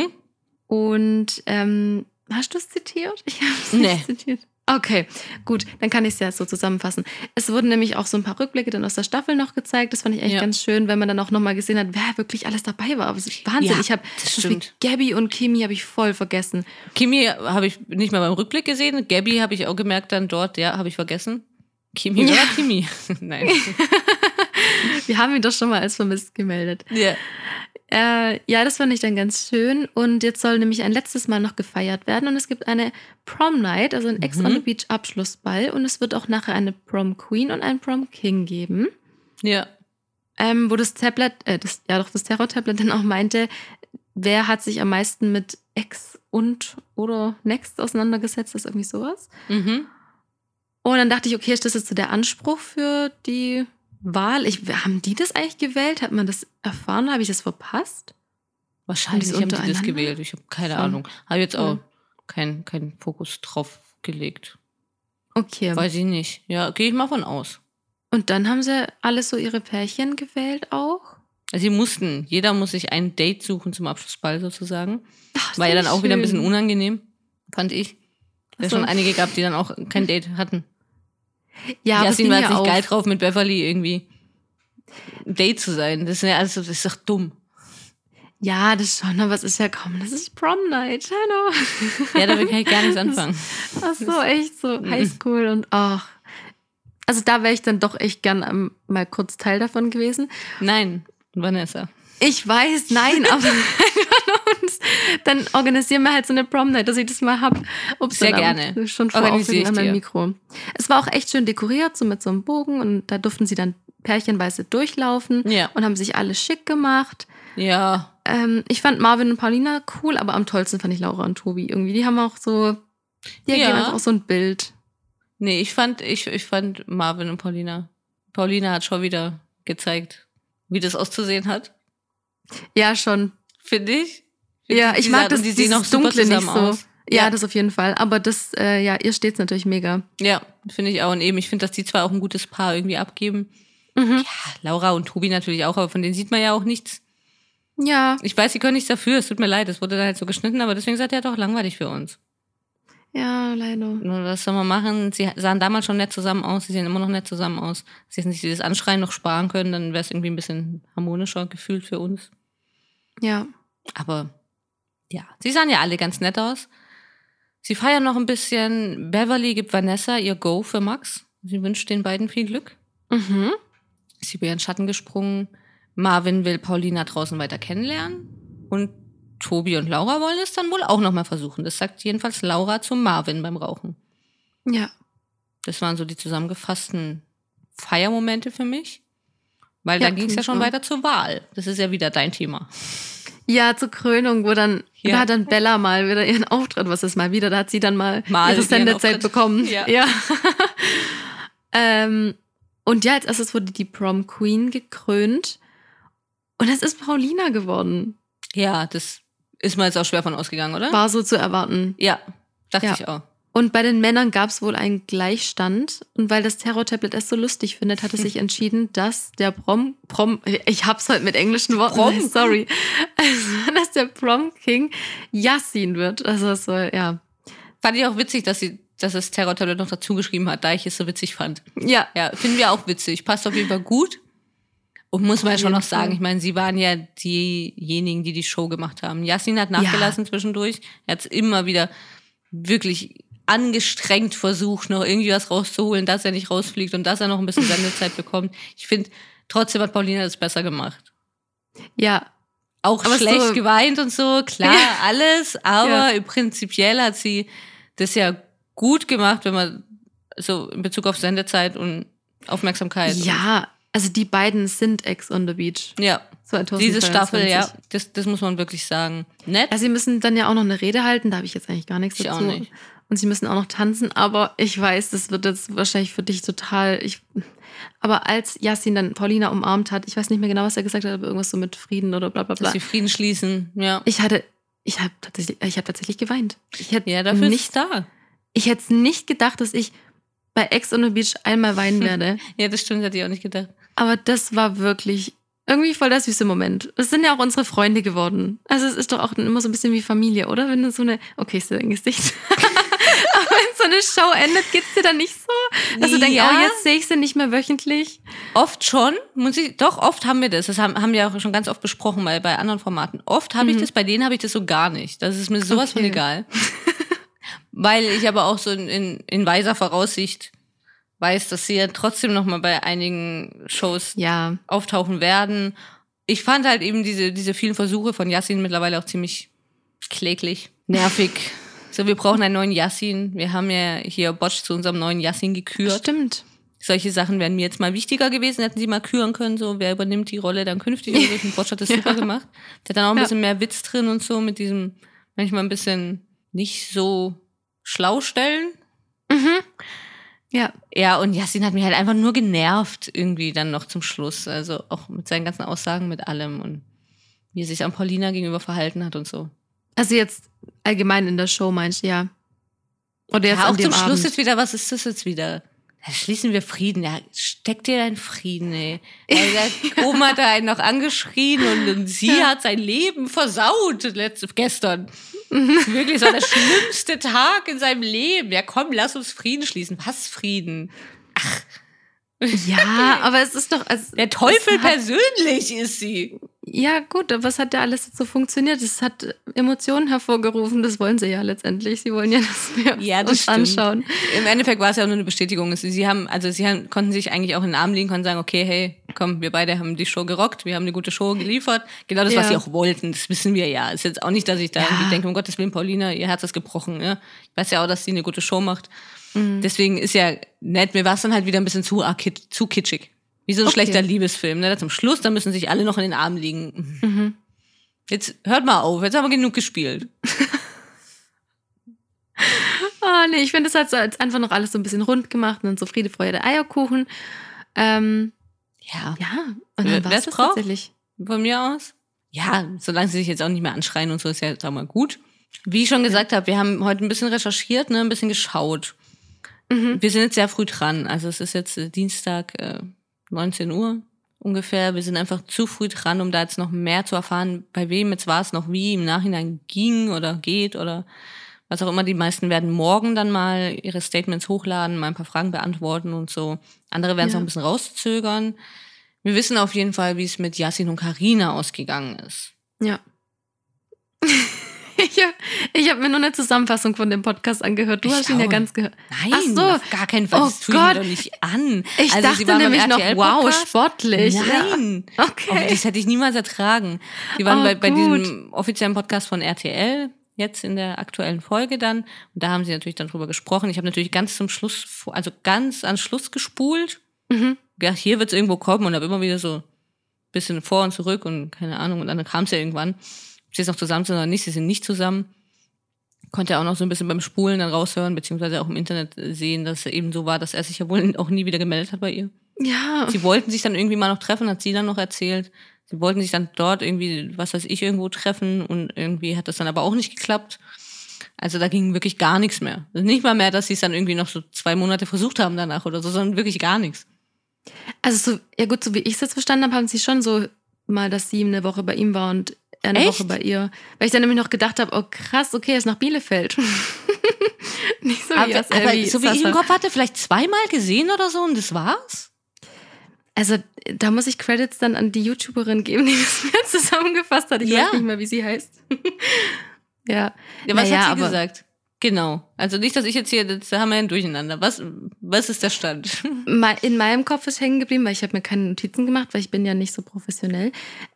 Und hast du es zitiert? Ich habe es nicht zitiert. Okay, gut, dann kann ich es ja so zusammenfassen. Es wurden nämlich auch so ein paar Rückblicke dann aus der Staffel noch gezeigt. Das fand ich echt ganz schön, wenn man dann auch nochmal gesehen hat, wer wirklich alles dabei war. Aber es ist Wahnsinn.
Ja,
ich habe Gabby und Kimi habe ich voll vergessen.
Kimi habe ich nicht mal beim Rückblick gesehen. Gabby habe ich auch gemerkt dann dort, habe ich vergessen. Kimi war Kimi. Nein.
Wir haben ihn doch schon mal als vermisst gemeldet.
Ja.
Ja, das fand ich dann ganz schön. Und jetzt soll nämlich ein letztes Mal noch gefeiert werden. Und es gibt eine Prom Night, also ein Ex on the Beach Abschlussball. Und es wird auch nachher eine Prom Queen und einen Prom King geben.
Ja.
Wo das Tablet, das Terror-Tablet dann auch meinte, wer hat sich am meisten mit Ex oder Next auseinandergesetzt, das ist irgendwie sowas. Und dann dachte ich, okay, ist das jetzt so der Anspruch für die Wahl? Haben die das eigentlich gewählt? Hat man das erfahren? Habe ich das verpasst?
Wahrscheinlich haben die das gewählt. Ich habe keine Ahnung. Habe jetzt auch keinen Fokus drauf gelegt.
Okay.
Weiß ich nicht. Ja, gehe ich mal von aus.
Und dann haben sie alle so ihre Pärchen gewählt auch?
Also jeder muss sich ein Date suchen zum Abschlussball sozusagen.
Ach,
war ja dann auch wieder ein bisschen unangenehm, fand ich. Es schon einige gab, die dann auch kein Date hatten.
Ja, aber
Yasin war jetzt nicht geil drauf, mit Beverly irgendwie ein Date zu sein. Das ist doch dumm.
Ja, das schon, aber es ist ja kaum. Das ist Prom Night, hallo.
Ja, damit kann ich gar nichts anfangen.
Ach so, echt so Highschool und ach. Also da wäre ich dann doch echt gern mal kurz Teil davon gewesen.
Nein, Vanessa.
Ich weiß, nein, aber dann organisieren wir halt so eine Prom Night, dass ich das mal hab.
Sehr gerne.
Schon organisiere an meinem Mikro. Es war auch echt schön dekoriert, so mit so einem Bogen und da durften sie dann pärchenweise durchlaufen und haben sich alle schick gemacht.
Ja.
Ich fand Marvin und Paulina cool, aber am tollsten fand ich Laura und Tobi irgendwie. Die haben auch so, die ergeben einfach auch so ein Bild.
Nee, ich fand Marvin und Paulina. Paulina hat schon wieder gezeigt, wie das auszusehen hat.
Ja, schon.
Finde ich.
Ja, ich mag das,
die sehen auch super
Dunkle
zusammen
nicht so.
aus.
Ja, das auf jeden Fall. Aber das, ihr steht's natürlich mega.
Ja, finde ich auch. Und eben, ich finde, dass die zwei auch ein gutes Paar irgendwie abgeben. Ja, Laura und Tobi natürlich auch, aber von denen sieht man ja auch nichts.
Ja.
Ich weiß, sie können nichts dafür, es tut mir leid, es wurde da halt so geschnitten, aber deswegen seid ihr ja doch langweilig für uns.
Ja, leider.
Was soll man machen? Sie sahen damals schon nett zusammen aus, sie sehen immer noch nett zusammen aus. Sie hätten sich dieses Anschreien noch sparen können, dann wäre es irgendwie ein bisschen harmonischer gefühlt für uns.
Ja.
Aber ja, sie sahen ja alle ganz nett aus. Sie feiern noch ein bisschen. Beverly gibt Vanessa ihr Go für Max. Sie wünscht den beiden viel Glück.
Mhm.
Ist über ihren Schatten gesprungen. Marvin will Paulina draußen weiter kennenlernen. Und Tobi und Laura wollen es dann wohl auch nochmal versuchen. Das sagt jedenfalls Laura zu Marvin beim Rauchen.
Ja.
Das waren so die zusammengefassten Feiermomente für mich. Weil dann ging es ja schon weiter zur Wahl. Das ist ja wieder dein Thema.
Ja, zur Krönung, wo dann, da hat dann Bella mal wieder ihren Auftritt, was ist mal wieder, da hat sie dann mal ihre Sendezeit bekommen. Ja. Und ja, als erstes wurde die Prom Queen gekrönt und es ist Paulina geworden.
Ja, das ist man jetzt auch schwer von ausgegangen, oder?
War so zu erwarten.
Ja, dachte ich auch.
Und bei den Männern gab es wohl einen Gleichstand. Und weil das Terror-Tablet es so lustig findet, hat es sich entschieden, dass der ich hab's heute mit englischen Worten, sorry. Also, dass der Prom-King Yassin wird. Also es soll, ja.
Fand ich auch witzig, dass das Terror-Tablet noch dazu geschrieben hat, da ich es so witzig fand.
Ja.
Ja, finden wir auch witzig. Passt auf jeden Fall gut. Und muss man ja schon noch sagen, ich meine, sie waren ja diejenigen, die die Show gemacht haben. Yassin hat nachgelassen zwischendurch. Er hat es immer wieder wirklich angestrengt versucht, noch irgendwie was rauszuholen, dass er nicht rausfliegt und dass er noch ein bisschen Sendezeit bekommt. Ich finde, trotzdem hat Paulina das besser gemacht.
Ja.
Auch aber schlecht geweint und so, klar, alles, aber prinzipiell hat sie das ja gut gemacht, wenn man so in Bezug auf Sendezeit und Aufmerksamkeit.
Ja, also die beiden sind Ex on the Beach.
Ja. Diese Staffel, ja, das muss man wirklich sagen. Nett.
Ja, sie müssen dann ja auch noch eine Rede halten, da habe ich jetzt eigentlich gar nichts dazu.
Ich auch nicht.
Und sie müssen auch noch tanzen, aber ich weiß, das wird jetzt wahrscheinlich für dich total. Aber als Yassin dann Paulina umarmt hat, ich weiß nicht mehr genau, was er gesagt hat, aber irgendwas so mit Frieden oder bla bla bla.
Dass sie Frieden schließen, ja.
Ich habe tatsächlich geweint.
Dafür ist es da.
Ich hätte nicht gedacht, dass ich bei Ex on the Beach einmal weinen werde.
Ja, das stimmt, hätte ich auch nicht gedacht.
Aber das war wirklich irgendwie voll der süße Moment. Es sind ja auch unsere Freunde geworden. Also es ist doch auch immer so ein bisschen wie Familie, oder? Wenn du so eine, okay, ist dein Gesicht. Aber wenn so eine Show endet, geht's dir dann nicht so? Dass du denkst, jetzt sehe ich sie nicht mehr wöchentlich?
Oft schon. Oft haben wir das. Das haben wir auch schon ganz oft besprochen bei anderen Formaten. Oft habe ich das, bei denen habe ich das so gar nicht. Das ist mir sowas von egal. Weil ich aber auch so in weiser Voraussicht weiß, dass sie ja trotzdem noch mal bei einigen Shows auftauchen werden. Ich fand halt eben diese vielen Versuche von Yassin mittlerweile auch ziemlich kläglich, nervig. So, wir brauchen einen neuen Yassin. Wir haben ja hier Botsch zu unserem neuen Yassin gekürt.
Stimmt.
Solche Sachen wären mir jetzt mal wichtiger gewesen, hätten sie mal küren können, so, wer übernimmt die Rolle dann künftig. Und Botsch hat das super gemacht. Der hat dann auch ein bisschen mehr Witz drin und so, mit diesem manchmal ein bisschen nicht so schlau stellen.
Mhm. Ja.
Ja, und Yassin hat mich halt einfach nur genervt irgendwie dann noch zum Schluss. Also auch mit seinen ganzen Aussagen, mit allem und wie er sich an Paulina gegenüber verhalten hat und so.
Also jetzt allgemein in der Show meinst du, ja? Oder jetzt
ja,
auch
zum Schluss jetzt wieder, was ist das jetzt wieder? Da schließen wir Frieden. Ja, steck dir deinen Frieden, ey. Der Oma hat da einen noch angeschrien und sie hat sein Leben versaut gestern. Wirklich so der schlimmste Tag in seinem Leben. Ja, komm, lass uns Frieden schließen. Was Frieden? Ach.
Ja, aber es ist doch...
der Teufel persönlich ist sie.
Ja, gut, aber was hat da alles so funktioniert? Es hat Emotionen hervorgerufen, das wollen sie ja letztendlich. Sie wollen ja, dass wir uns anschauen.
Im Endeffekt war es ja nur eine Bestätigung. Sie konnten sich eigentlich auch in den Arm liegen, konnten sagen, okay, hey, komm, wir beide haben die Show gerockt, wir haben eine gute Show geliefert. Genau das, was sie auch wollten, das wissen wir ja. Ist jetzt auch nicht, dass ich da irgendwie denke, um Gottes Willen, Paulina, ihr Herz ist gebrochen. Ja? Ich weiß ja auch, dass sie eine gute Show macht. Mhm. Deswegen ist ja nett, mir war es dann halt wieder ein bisschen zu kitschig. Wie so ein schlechter Liebesfilm. Ne? Zum Schluss, da müssen sich alle noch in den Armen liegen. Mhm. Jetzt hört mal auf, jetzt haben wir genug gespielt.
Nee, ich finde, das hat so jetzt einfach noch alles so ein bisschen rund gemacht und dann so Friede, Freude, Eierkuchen.
Ja,
und dann war es tatsächlich.
Von mir aus? Ja, solange sie sich jetzt auch nicht mehr anschreien und so, ist ja jetzt auch mal gut. Wie ich schon gesagt habe, wir haben heute ein bisschen recherchiert, ne, ein bisschen geschaut. Mhm. Wir sind jetzt sehr früh dran. Also es ist jetzt Dienstag 19 Uhr ungefähr. Wir sind einfach zu früh dran, um da jetzt noch mehr zu erfahren, bei wem jetzt war es noch wie im Nachhinein ging oder geht oder was auch immer. Die meisten werden morgen dann mal ihre Statements hochladen, mal ein paar Fragen beantworten und so. Andere werden es auch ein bisschen rauszögern. Wir wissen auf jeden Fall, wie es mit Yassin und Carina ausgegangen ist.
Ja. Ich hab mir nur eine Zusammenfassung von dem Podcast angehört. Du hast ihn ja ganz gehört.
Nein, ach so. Auf gar keinen Fall. Das tue ich mir doch nicht an.
Ich dachte nämlich noch, wow, sportlich.
Nein. Ja. Okay. Das hätte ich niemals ertragen. Die waren bei diesem offiziellen Podcast von RTL, jetzt in der aktuellen Folge dann. Und da haben sie natürlich dann drüber gesprochen. Ich habe natürlich ganz zum Schluss, also ganz an Schluss gespult. Ja, hier wird es irgendwo kommen und habe immer wieder so ein bisschen vor und zurück und keine Ahnung. Und dann kam es ja irgendwann. Ob sie jetzt noch zusammen sind oder nicht, sie sind nicht zusammen. Konnte auch noch so ein bisschen beim Spulen dann raushören, beziehungsweise auch im Internet sehen, dass es eben so war, dass er sich ja wohl auch nie wieder gemeldet hat bei ihr.
Ja.
Sie wollten sich dann irgendwie mal noch treffen, hat sie dann noch erzählt. Sie wollten sich dann dort irgendwie, was weiß ich, irgendwo treffen und irgendwie hat das dann aber auch nicht geklappt. Also da ging wirklich gar nichts mehr. Also nicht mal mehr, dass sie es dann irgendwie noch so 2 Monate versucht haben danach oder so, sondern wirklich gar nichts.
Also so, ja gut, so wie ich es jetzt verstanden habe, haben sie schon so mal, dass sie eine Woche bei ihm war und er eine Woche bei ihr. Weil ich dann nämlich noch gedacht habe, oh krass, okay, er ist nach Bielefeld. Nicht so wie das
aber so wie ich im Kopf hatte, vielleicht 2-mal gesehen oder so und das war's?
Also da muss ich Credits dann an die YouTuberin geben, die das mir zusammengefasst hat. Ich weiß nicht mehr, wie sie heißt. Ja.
Was hat sie gesagt? Genau. Also nicht, dass ich jetzt hier, da haben wir ein Durcheinander. Was ist der Stand?
In meinem Kopf ist hängen geblieben, weil ich habe mir keine Notizen gemacht, weil ich bin ja nicht so professionell,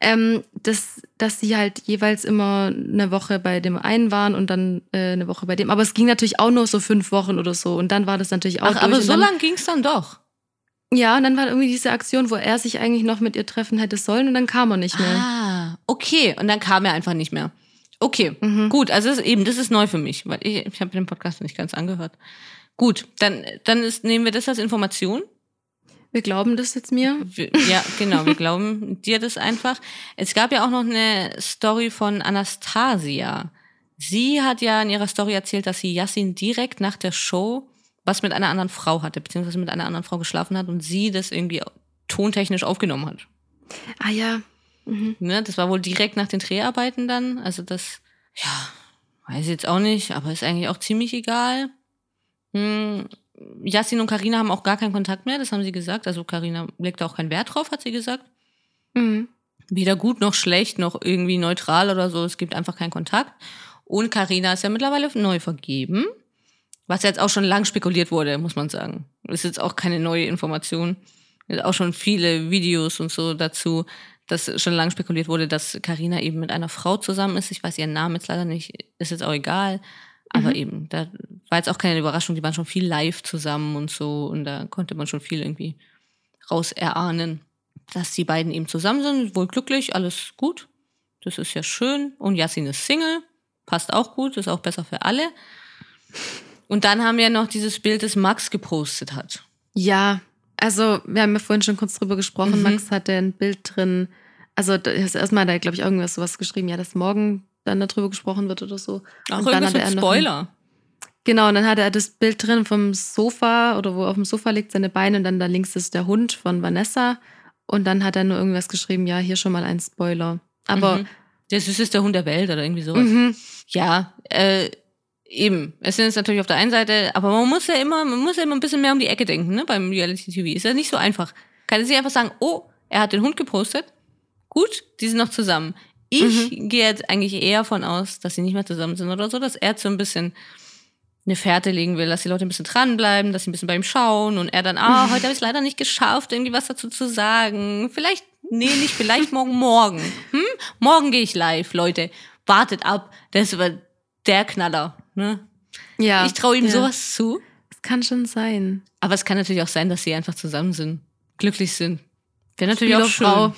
dass sie halt jeweils immer eine Woche bei dem einen waren und dann eine Woche bei dem. Aber es ging natürlich auch nur so 5 Wochen oder so und dann war das natürlich auch.
Ach, aber so lang ging es dann doch.
Ja, und dann war irgendwie diese Aktion, wo er sich eigentlich noch mit ihr treffen hätte sollen und dann kam er nicht mehr.
Ah, okay. Und dann kam er einfach nicht mehr. Okay, gut, also das ist neu für mich, weil ich habe den Podcast nicht ganz angehört. Gut, dann nehmen wir das als Information.
Wir glauben das jetzt mir.
Ja, genau, wir glauben dir das einfach. Es gab ja auch noch eine Story von Anastasia. Sie hat ja in ihrer Story erzählt, dass sie Yassin direkt nach der Show was mit einer anderen Frau hatte, beziehungsweise mit einer anderen Frau geschlafen hat und sie das irgendwie tontechnisch aufgenommen hat.
Ah ja.
Ne, das war wohl direkt nach den Dreharbeiten dann. Also das, ja, weiß ich jetzt auch nicht, aber ist eigentlich auch ziemlich egal. Yassin und Carina haben auch gar keinen Kontakt mehr, das haben sie gesagt. Also Carina legt da auch keinen Wert drauf, hat sie gesagt. Weder gut noch schlecht, noch irgendwie neutral oder so. Es gibt einfach keinen Kontakt. Und Carina ist ja mittlerweile neu vergeben. Was jetzt auch schon lang spekuliert wurde, muss man sagen. Ist jetzt auch keine neue Information. Es gibt auch schon viele Videos und so dazu, dass schon lange spekuliert wurde, dass Carina eben mit einer Frau zusammen ist. Ich weiß ihren Namen jetzt leider nicht, ist jetzt auch egal. Aber eben, da war jetzt auch keine Überraschung, die waren schon viel live zusammen und so. Und da konnte man schon viel irgendwie raus erahnen, dass die beiden eben zusammen sind. Wohl glücklich, alles gut. Das ist ja schön. Und Yassin ist Single, passt auch gut, ist auch besser für alle. Und dann haben wir noch dieses Bild, das Max gepostet hat.
Ja, also wir haben ja vorhin schon kurz drüber gesprochen. Max hatte ein Bild drin. Also erstmal hat er, glaube ich, irgendwas sowas geschrieben, ja, dass morgen dann darüber gesprochen wird oder so.
Auch und dann hat er Spoiler.
Genau, und dann hatte er das Bild drin vom Sofa oder wo auf dem Sofa liegt seine Beine und dann da links ist der Hund von Vanessa und dann hat er nur irgendwas geschrieben, ja, hier schon mal ein Spoiler. Aber
der süßeste Hund der Welt oder irgendwie sowas. Ja, eben. Es sind jetzt natürlich auf der einen Seite, aber man muss ja immer ein bisschen mehr um die Ecke denken, ne, beim Reality-TV. Ist ja nicht so einfach. Kann sich einfach sagen, oh, er hat den Hund gepostet. Gut, die sind noch zusammen. Ich gehe jetzt eigentlich eher von aus, dass sie nicht mehr zusammen sind oder so, dass er so ein bisschen eine Fährte legen will, dass die Leute ein bisschen dranbleiben, dass sie ein bisschen bei ihm schauen und er dann, heute habe ich es leider nicht geschafft, irgendwie was dazu zu sagen. Vielleicht, nicht vielleicht, morgen. Morgen gehe ich live, Leute. Wartet ab, das wird der Knaller. Ne?
Ja.
Ich traue ihm sowas zu.
Das kann schon sein.
Aber es kann natürlich auch sein, dass sie einfach zusammen sind, glücklich sind. Wäre natürlich auch schön.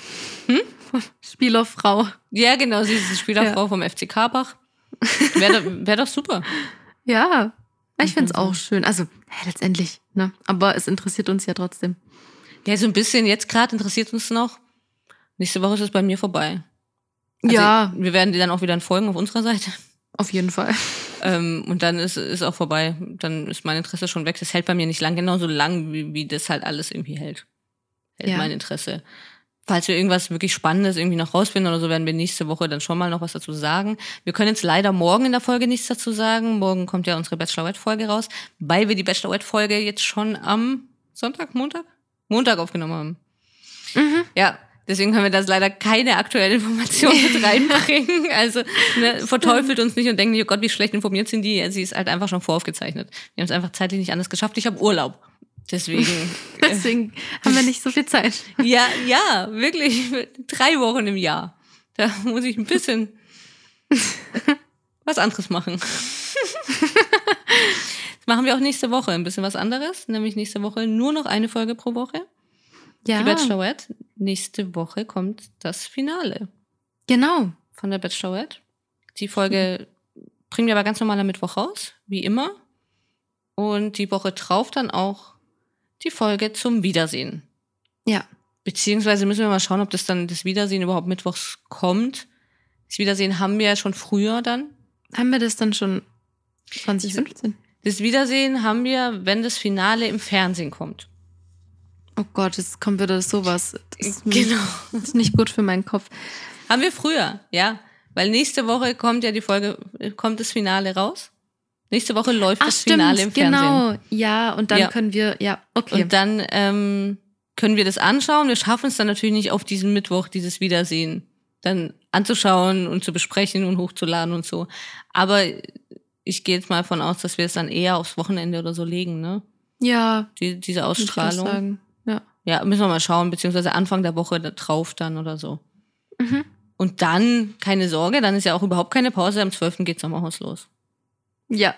Spielerfrau.
Ja, genau, sie ist die Spielerfrau vom FC Karbach. Wäre doch super.
Ja, ich finde es auch schön. Also, letztendlich, ne? Aber es interessiert uns ja trotzdem.
Ja, so ein bisschen. Jetzt gerade interessiert uns noch. Nächste Woche ist es bei mir vorbei. Also wir werden die dann auch wieder folgen auf unserer Seite.
Auf jeden Fall.
Und dann ist auch vorbei. Dann ist mein Interesse schon weg. Das hält bei mir nicht lang, genauso lang, wie das halt alles irgendwie hält. Mein Interesse. Falls wir irgendwas wirklich Spannendes irgendwie noch rausfinden oder so, werden wir nächste Woche dann schon mal noch was dazu sagen. Wir können jetzt leider morgen in der Folge nichts dazu sagen. Morgen kommt ja unsere Bachelorette-Folge raus, weil wir die Bachelorette-Folge jetzt schon am Montag aufgenommen haben. Mhm. Ja, deswegen können wir da leider keine aktuelle Information mit reinbringen. Also verteufelt uns nicht und denkt nicht, oh Gott, wie schlecht informiert sind die. Sie ist halt einfach schon voraufgezeichnet. Wir haben es einfach zeitlich nicht anders geschafft. Ich habe Urlaub.
Deswegen haben wir nicht so viel Zeit.
Ja, wirklich. 3 Wochen im Jahr. Da muss ich ein bisschen was anderes machen. Das machen wir auch nächste Woche. Ein bisschen was anderes. Nämlich nächste Woche nur noch eine Folge pro Woche. Ja. Die Bachelorette. Nächste Woche kommt das Finale.
Genau.
Von der Bachelorette. Die Folge bringen wir aber ganz normal am Mittwoch raus. Wie immer. Und die Woche drauf dann auch die Folge zum Wiedersehen.
Ja.
Beziehungsweise müssen wir mal schauen, ob das Wiedersehen überhaupt mittwochs kommt. Das Wiedersehen haben wir ja schon früher dann.
Haben wir das dann schon 2015?
Das Wiedersehen haben wir, wenn das Finale im Fernsehen kommt.
Oh Gott, jetzt kommt wieder sowas.
Genau.
Das ist nicht gut für meinen Kopf.
Haben wir früher, ja. Weil nächste Woche kommt das Finale raus. Nächste Woche läuft das Finale im Fernsehen.
Genau, ja, und dann können wir, okay.
Und dann können wir das anschauen. Wir schaffen es dann natürlich nicht auf diesen Mittwoch, dieses Wiedersehen dann anzuschauen und zu besprechen und hochzuladen und so. Aber ich gehe jetzt mal davon aus, dass wir es dann eher aufs Wochenende oder so legen, ne?
Ja.
Diese Ausstrahlung.
Ich sagen.
Ja, müssen wir mal schauen, beziehungsweise Anfang der Woche drauf dann oder so. Mhm. Und dann, keine Sorge, dann ist ja auch überhaupt keine Pause. Am 12. geht Sommerhaus los.
Ja.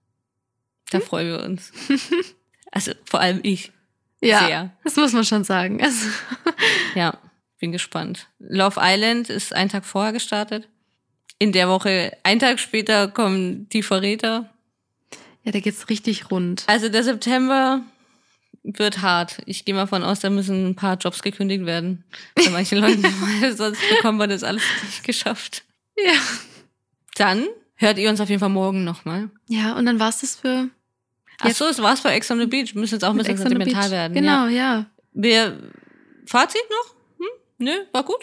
Da freuen wir uns. Also vor allem ich.
Ja,
sehr.
Das muss man schon sagen. Also.
Ja, bin gespannt. Love Island ist einen Tag vorher gestartet. In der Woche, einen Tag später, kommen die Verräter.
Ja, da geht's richtig rund.
Also der September wird hart. Ich gehe mal davon aus, da müssen ein paar Jobs gekündigt werden. Bei manchen Leuten, weil sonst bekommen wir das alles nicht geschafft.
Ja.
Dann hört ihr uns auf jeden Fall morgen nochmal.
Ja, und dann war's das für...
Achso, es war's bei Ex on the Beach. Wir müssen jetzt auch ein bisschen sentimental werden.
Genau, ja.
Fazit noch? Nö, war gut?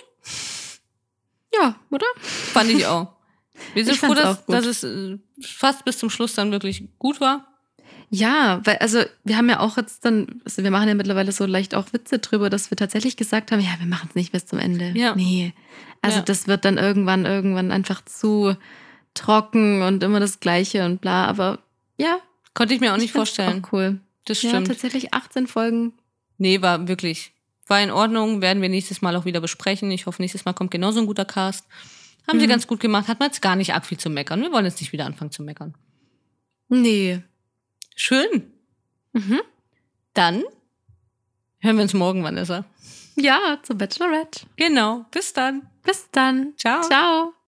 Ja, oder?
Fand ich auch. Wir sind froh, dass es fast bis zum Schluss dann wirklich gut war.
Ja, weil, also wir haben ja auch jetzt dann, also wir machen ja mittlerweile so leicht auch Witze drüber, dass wir tatsächlich gesagt haben, ja, wir machen es nicht bis zum Ende.
Ja.
Nee. Also das wird dann irgendwann einfach zu trocken und immer das Gleiche und bla, aber ja.
Konnte ich mir auch nicht vorstellen.
Auch cool.
Das stimmt.
Ja, tatsächlich 18 Folgen.
Nee, war in Ordnung, werden wir nächstes Mal auch wieder besprechen. Ich hoffe, nächstes Mal kommt genauso ein guter Cast. Haben sie ganz gut gemacht, hat man jetzt gar nicht arg viel zu meckern. Wir wollen jetzt nicht wieder anfangen zu meckern.
Nee.
Schön.
Mhm.
Dann hören wir uns morgen, Vanessa.
Ja, zur Bachelorette.
Genau. Bis dann.
Bis dann.
Ciao.
Ciao.